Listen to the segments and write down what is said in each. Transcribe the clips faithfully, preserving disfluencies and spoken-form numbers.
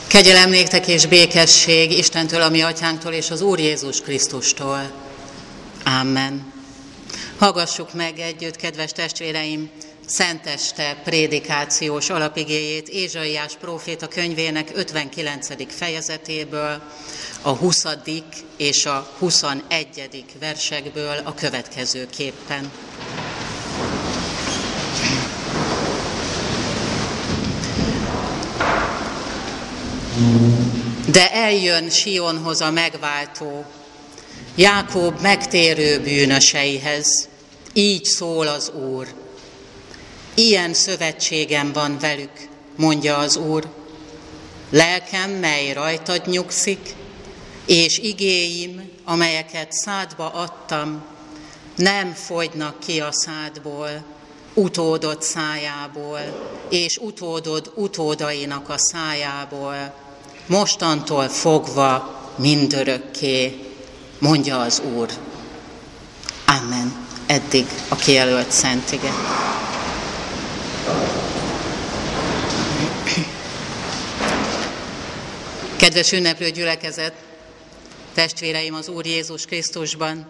Kegyelem néktek és békesség Istentől, a mi atyánktól és az Úr Jézus Krisztustól. Amen. Hallgassuk meg együtt, kedves testvéreim, szenteste prédikációs alapigéjét Ézsaiás próféta könyvének ötvenkilencedik fejezetéből, a huszadik és a huszonegyedik versekből a következőképpen. De eljön Sionhoz a megváltó, Jákob megtérő bűnöseihez, így szól az Úr. Ilyen szövetségem van velük, mondja az Úr. Lelkem, mely rajtad nyugszik, és igéim, amelyeket szádba adtam, nem fogynak ki a szádból, utódod szájából, és utódod utódainak a szájából, mostantól fogva mindörökké, mondja az Úr. Amen. Eddig a kijelölt szent ige. Kedves ünneplő gyülekezet, testvéreim az Úr Jézus Krisztusban,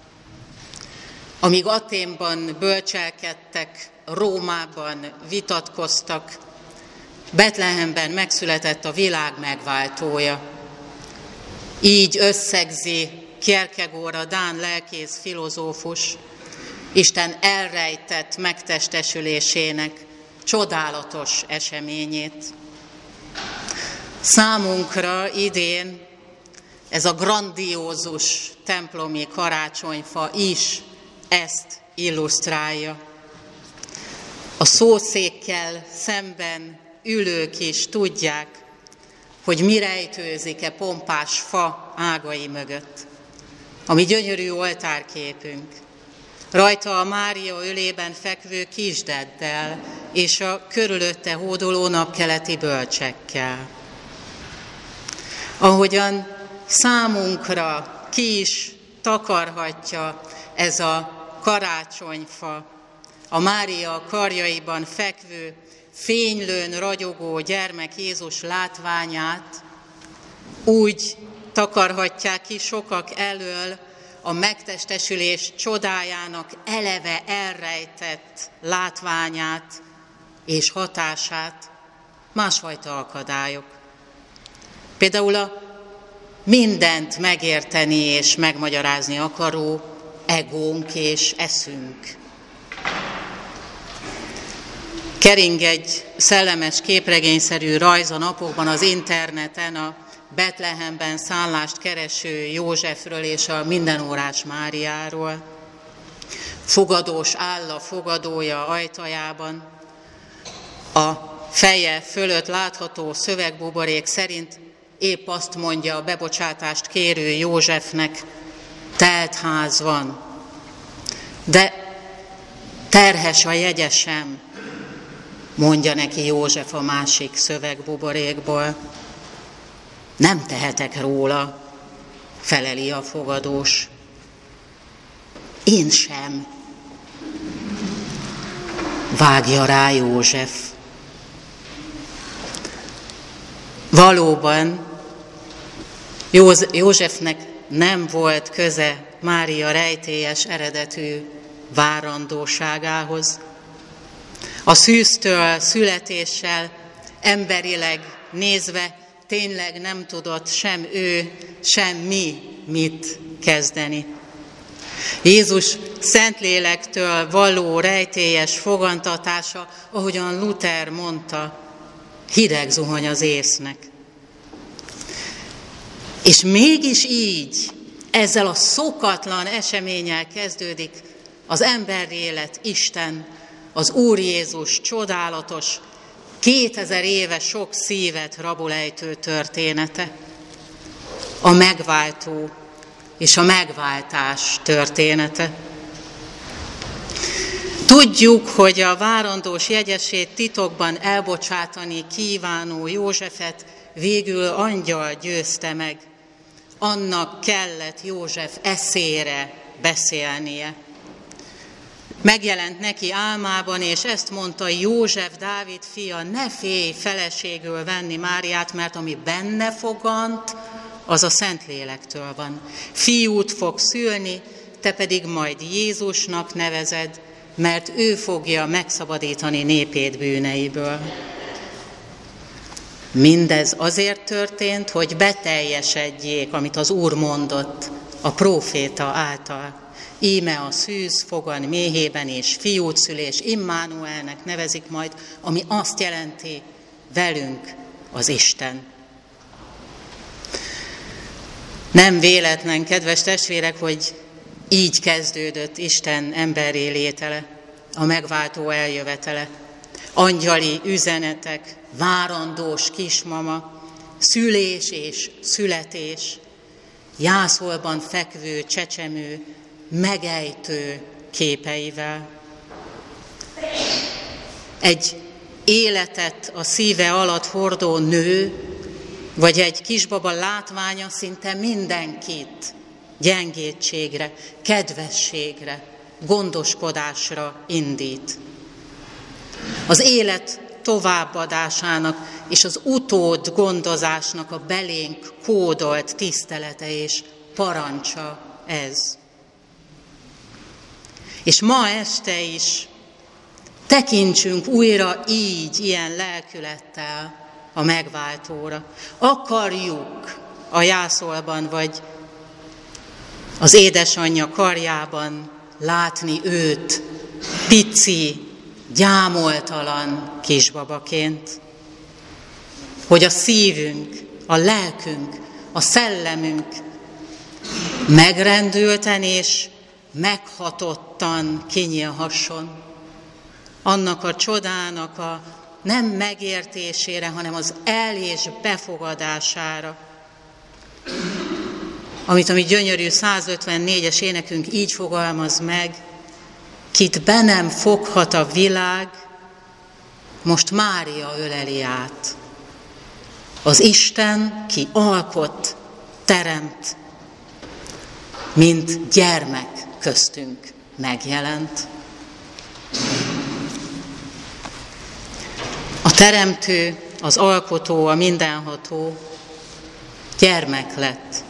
amíg Athénban bölcselkedtek, Rómában vitatkoztak, Betlehemben megszületett a világ megváltója. Így összegzi Kierkegaard, a dán lelkész filozófus, Isten elrejtett megtestesülésének csodálatos eseményét. Számunkra idén ez a grandiózus templomi karácsonyfa is ezt illusztrálja. A szószékkel szemben ülők is tudják, hogy mi rejtőzik-e pompás fa ágai mögött. A mi gyönyörű oltárképünk, rajta a Mária ölében fekvő kisdeddel és a körülötte hódoló napkeleti bölcsekkel. Ahogyan számunkra ki is takarhatja ez a karácsonyfa, a Mária karjaiban fekvő, fénylőn ragyogó gyermek Jézus látványát, úgy takarhatják ki sokak elől a megtestesülés csodájának eleve elrejtett látványát és hatását másfajta akadályok. Például a mindent megérteni és megmagyarázni akaró egónk és eszünk. Kering egy szellemes képregényszerű rajz a napokban az interneten a Betlehemben szállást kereső Józsefről és a mindenórás Máriáról. Fogadós áll a fogadója ajtajában. A feje fölött látható szövegbuborék szerint épp azt mondja a bebocsátást kérő Józsefnek, telt ház van, de terhes a jegyesem, mondja neki József a másik szövegbuborékból. Nem tehetek róla, feleli a fogadós. Én sem, vágja rá József. Valóban Józsefnek nem volt köze Mária rejtélyes eredetű várandóságához. A szűztől, születéssel emberileg nézve tényleg nem tudott sem ő, sem mi mit kezdeni. Jézus Szentlélektől való rejtélyes fogantatása, ahogyan Luther mondta, hideg zuhany az észnek. És mégis így, ezzel a szokatlan eseménnyel kezdődik az emberi élet, Isten, az Úr Jézus csodálatos, kétezer éve sok szívet rabolejtő története. A megváltó és a megváltás története. Tudjuk, hogy a várandós jegyesét titokban elbocsátani kívánó Józsefet végül angyal győzte meg. Annak kellett József eszére beszélnie. Megjelent neki álmában, és ezt mondta: József, Dávid fia, ne félj feleségül venni Máriát, mert ami benne fogant, az a Szentlélektől van. Fiút fog szülni, te pedig majd Jézusnak nevezed, mert ő fogja megszabadítani népét bűneiből. Mindez azért történt, hogy beteljesedjék, amit az Úr mondott a próféta által. Íme a szűz fogan méhében és fiút szül, és Immanuelnek nevezik majd, ami azt jelenti, velünk az Isten. Nem véletlen, kedves testvérek, hogy így kezdődött Isten emberré létele, a megváltó eljövetele. Angyali üzenetek, várandós kismama, szülés és születés, jászolban fekvő csecsemő, megejtő képeivel. Egy életet a szíve alatt hordó nő, vagy egy kisbaba látványa szinte mindenkit gyengétségre, kedvességre, gondoskodásra indít. Az élet továbbadásának és az utód gondozásnak a belénk kódolt tisztelete és parancsa ez. És ma este is tekintsünk újra így, ilyen lelkülettel a megváltóra. Akarjuk a jászolban vagy az édesanyja karjában látni őt, pici, gyámoltalan kisbabaként, hogy a szívünk, a lelkünk, a szellemünk megrendülten és meghatottan kinyílhasson annak a csodának a nem megértésére, hanem az el- és befogadására, amit a mi gyönyörű százötvennégyes énekünk így fogalmaz meg: kit be nem foghat a világ, most Mária öleli át. Az Isten, ki alkot, teremt, mint gyermek köztünk megjelent. A teremtő, az alkotó, a mindenható gyermek lett.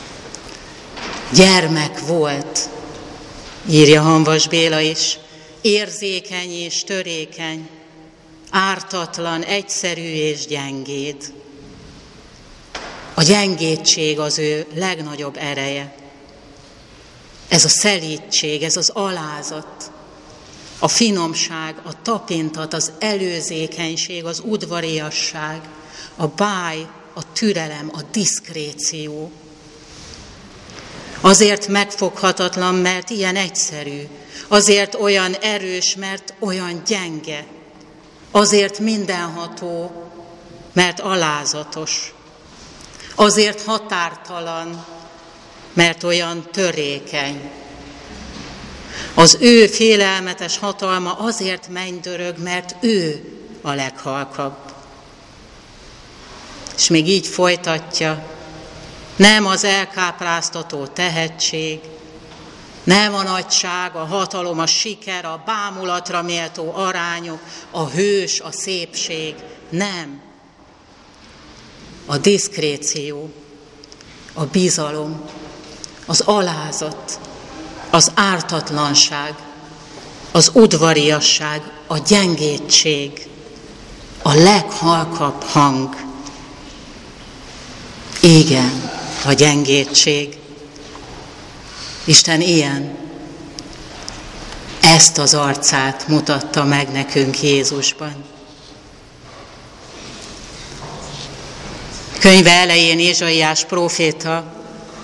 Gyermek volt, írja Hamvas Béla is, érzékeny és törékeny, ártatlan, egyszerű és gyengéd. A gyengédség az ő legnagyobb ereje. Ez a szelídség, ez az alázat, a finomság, a tapintat, az előzékenység, az udvariasság, a báj, a türelem, a diszkréció. Azért megfoghatatlan, mert ilyen egyszerű. Azért olyan erős, mert olyan gyenge. Azért mindenható, mert alázatos. Azért határtalan, mert olyan törékeny. Az ő félelmetes hatalma azért mennydörög, mert ő a leghalkabb. És még így folytatja: nem az elkápráztató tehetség, nem a nagyság, a hatalom, a siker, a bámulatra méltó arányok, a hős, a szépség, nem. A diszkréció, a bizalom, az alázat, az ártatlanság, az udvariasság, a gyengétség, a leghalkabb hang. Igen, a gyengétség. Isten ilyen. Ezt az arcát mutatta meg nekünk Jézusban. Könyve elején Ézsaiás próféta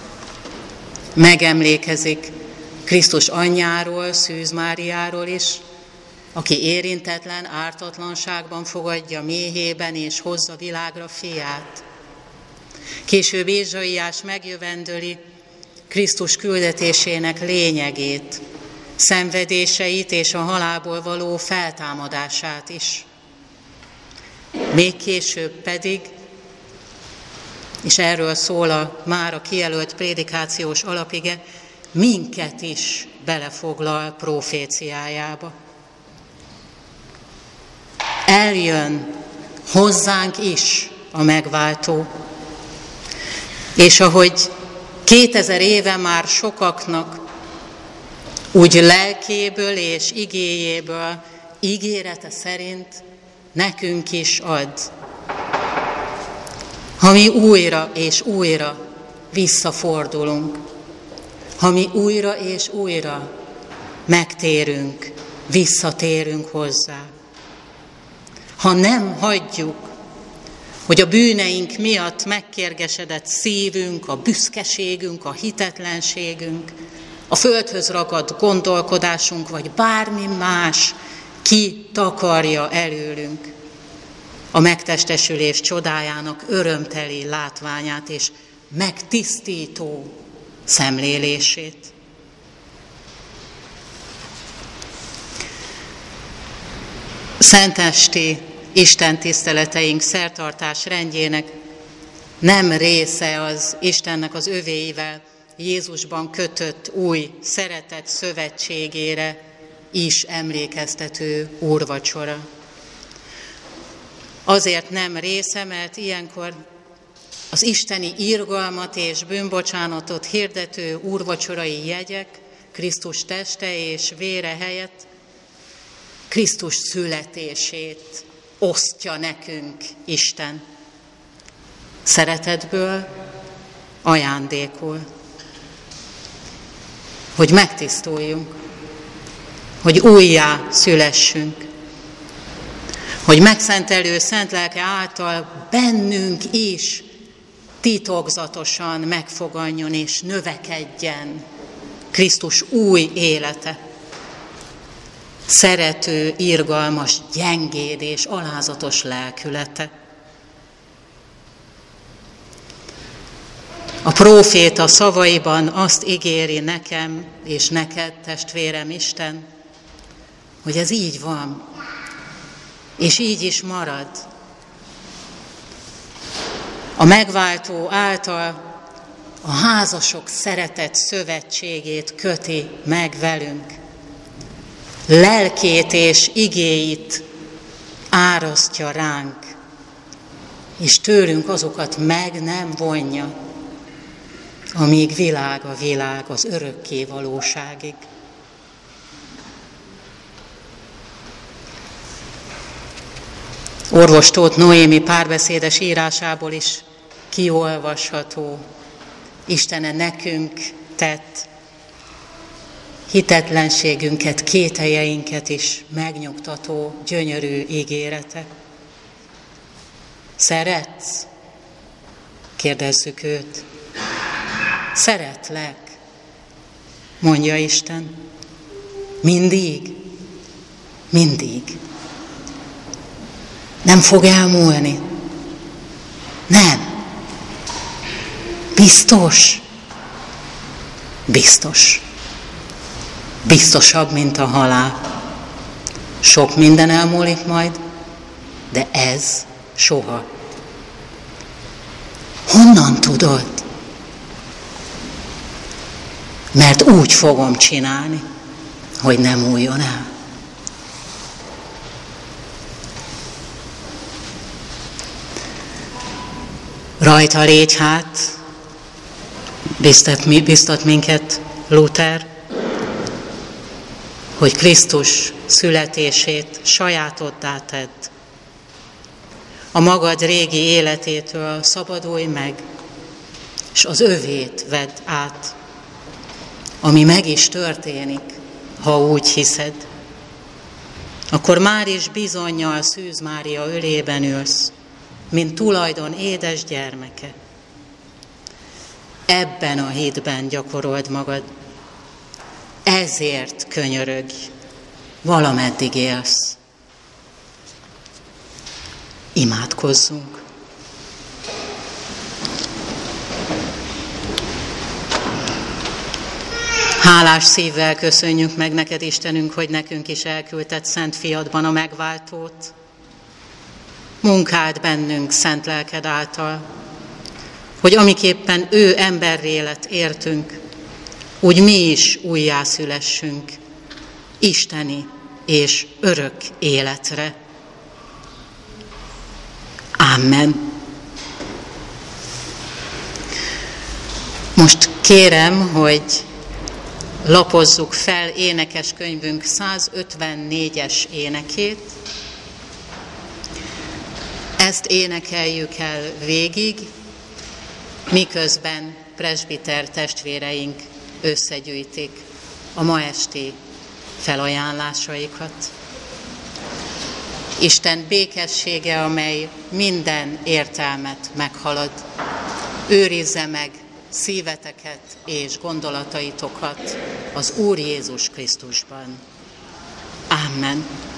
megemlékezik Krisztus anyjáról, Szűz Máriáról is, aki érintetlen, ártatlanságban fogadja méhében és hozza világra fiát. Később Ézsaiás megjövendöli Krisztus küldetésének lényegét, szenvedéseit és a halálból való feltámadását is. Még később pedig, és erről szól a mára kijelölt prédikációs alapige, minket is belefoglal proféciájába. Eljön hozzánk is a megváltó, és ahogy kétezer éve már sokaknak, úgy lelkéből és igéjéből, ígérete szerint nekünk is ad. Ha mi újra és újra visszafordulunk, ha mi újra és újra megtérünk, visszatérünk hozzá, ha nem hagyjuk, hogy a bűneink miatt megkérgesedett szívünk, a büszkeségünk, a hitetlenségünk, a földhöz ragadt gondolkodásunk, vagy bármi más kitakarja előlünk a megtestesülés csodájának örömteli látványát és megtisztító szemlélését. Szentesti istentiszteleteink szertartás rendjének nem része az Istennek az övéivel Jézusban kötött új szeretet szövetségére is emlékeztető úrvacsora. Azért nem része, mert ilyenkor az isteni irgalmat és bűnbocsánatot hirdető úrvacsorai jegyek Krisztus teste és vére helyett Krisztus születését osztja nekünk Isten. Szeretetből ajándékul, hogy megtisztuljunk, hogy újjá szülessünk, hogy megszentelő szent lelke által bennünk is titokzatosan megfoganjon és növekedjen Krisztus új élete. Szerető, irgalmas, gyengéd és alázatos lelkülete. A próféta szavaiban azt ígéri nekem és neked, testvérem, Isten, hogy ez így van, és így is marad. A megváltó által a házasok szeretet szövetségét köti meg velünk. Lelkét és igéit árasztja ránk, és tőlünk azokat meg nem vonja, amíg világ a világ az örökké valóságig. Orvos Tóth Noémi párbeszédes írásából is kiolvasható Istene nekünk tett hitetlenségünket, kételjeinket is megnyugtató, gyönyörű ígérete. Szeretsz? Kérdezzük őt. Szeretlek, mondja Isten. Mindig, mindig. Nem fog elmúlni. Nem. Biztos. Biztos. Biztosabb, mint a halál. Sok minden elmúlik majd, de ez soha. Honnan tudod? Mert úgy fogom csinálni, hogy nem múljon el. Rajta légy hát, biztat, biztat minket Luther, hogy Krisztus születését sajátoddá tedd. A magad régi életétől szabadulj meg, és az övét vedd át, ami meg is történik, ha úgy hiszed. Akkor már is bizonnyal Szűz Mária ölében ülsz, mint tulajdon édes gyermeke. Ebben a hitben gyakorold magad. Ezért könyörögj, valameddig élsz. Imádkozzunk. Hálás szívvel köszönjük meg neked, Istenünk, hogy nekünk is elküldted szent fiadban a megváltót. Munkáld bennünk szent lelked által, hogy amiképpen ő emberré lett értünk, úgy mi is újjászülessünk isteni és örök életre. Amen. Most kérem, hogy lapozzuk fel énekeskönyvünk százötvennégyes énekét. Ezt énekeljük el végig, miközben presbiter testvéreink összegyűjtik a ma esti felajánlásaikat. Isten békessége, amely minden értelmet meghalad, őrizze meg szíveteket és gondolataitokat az Úr Jézus Krisztusban. Amen.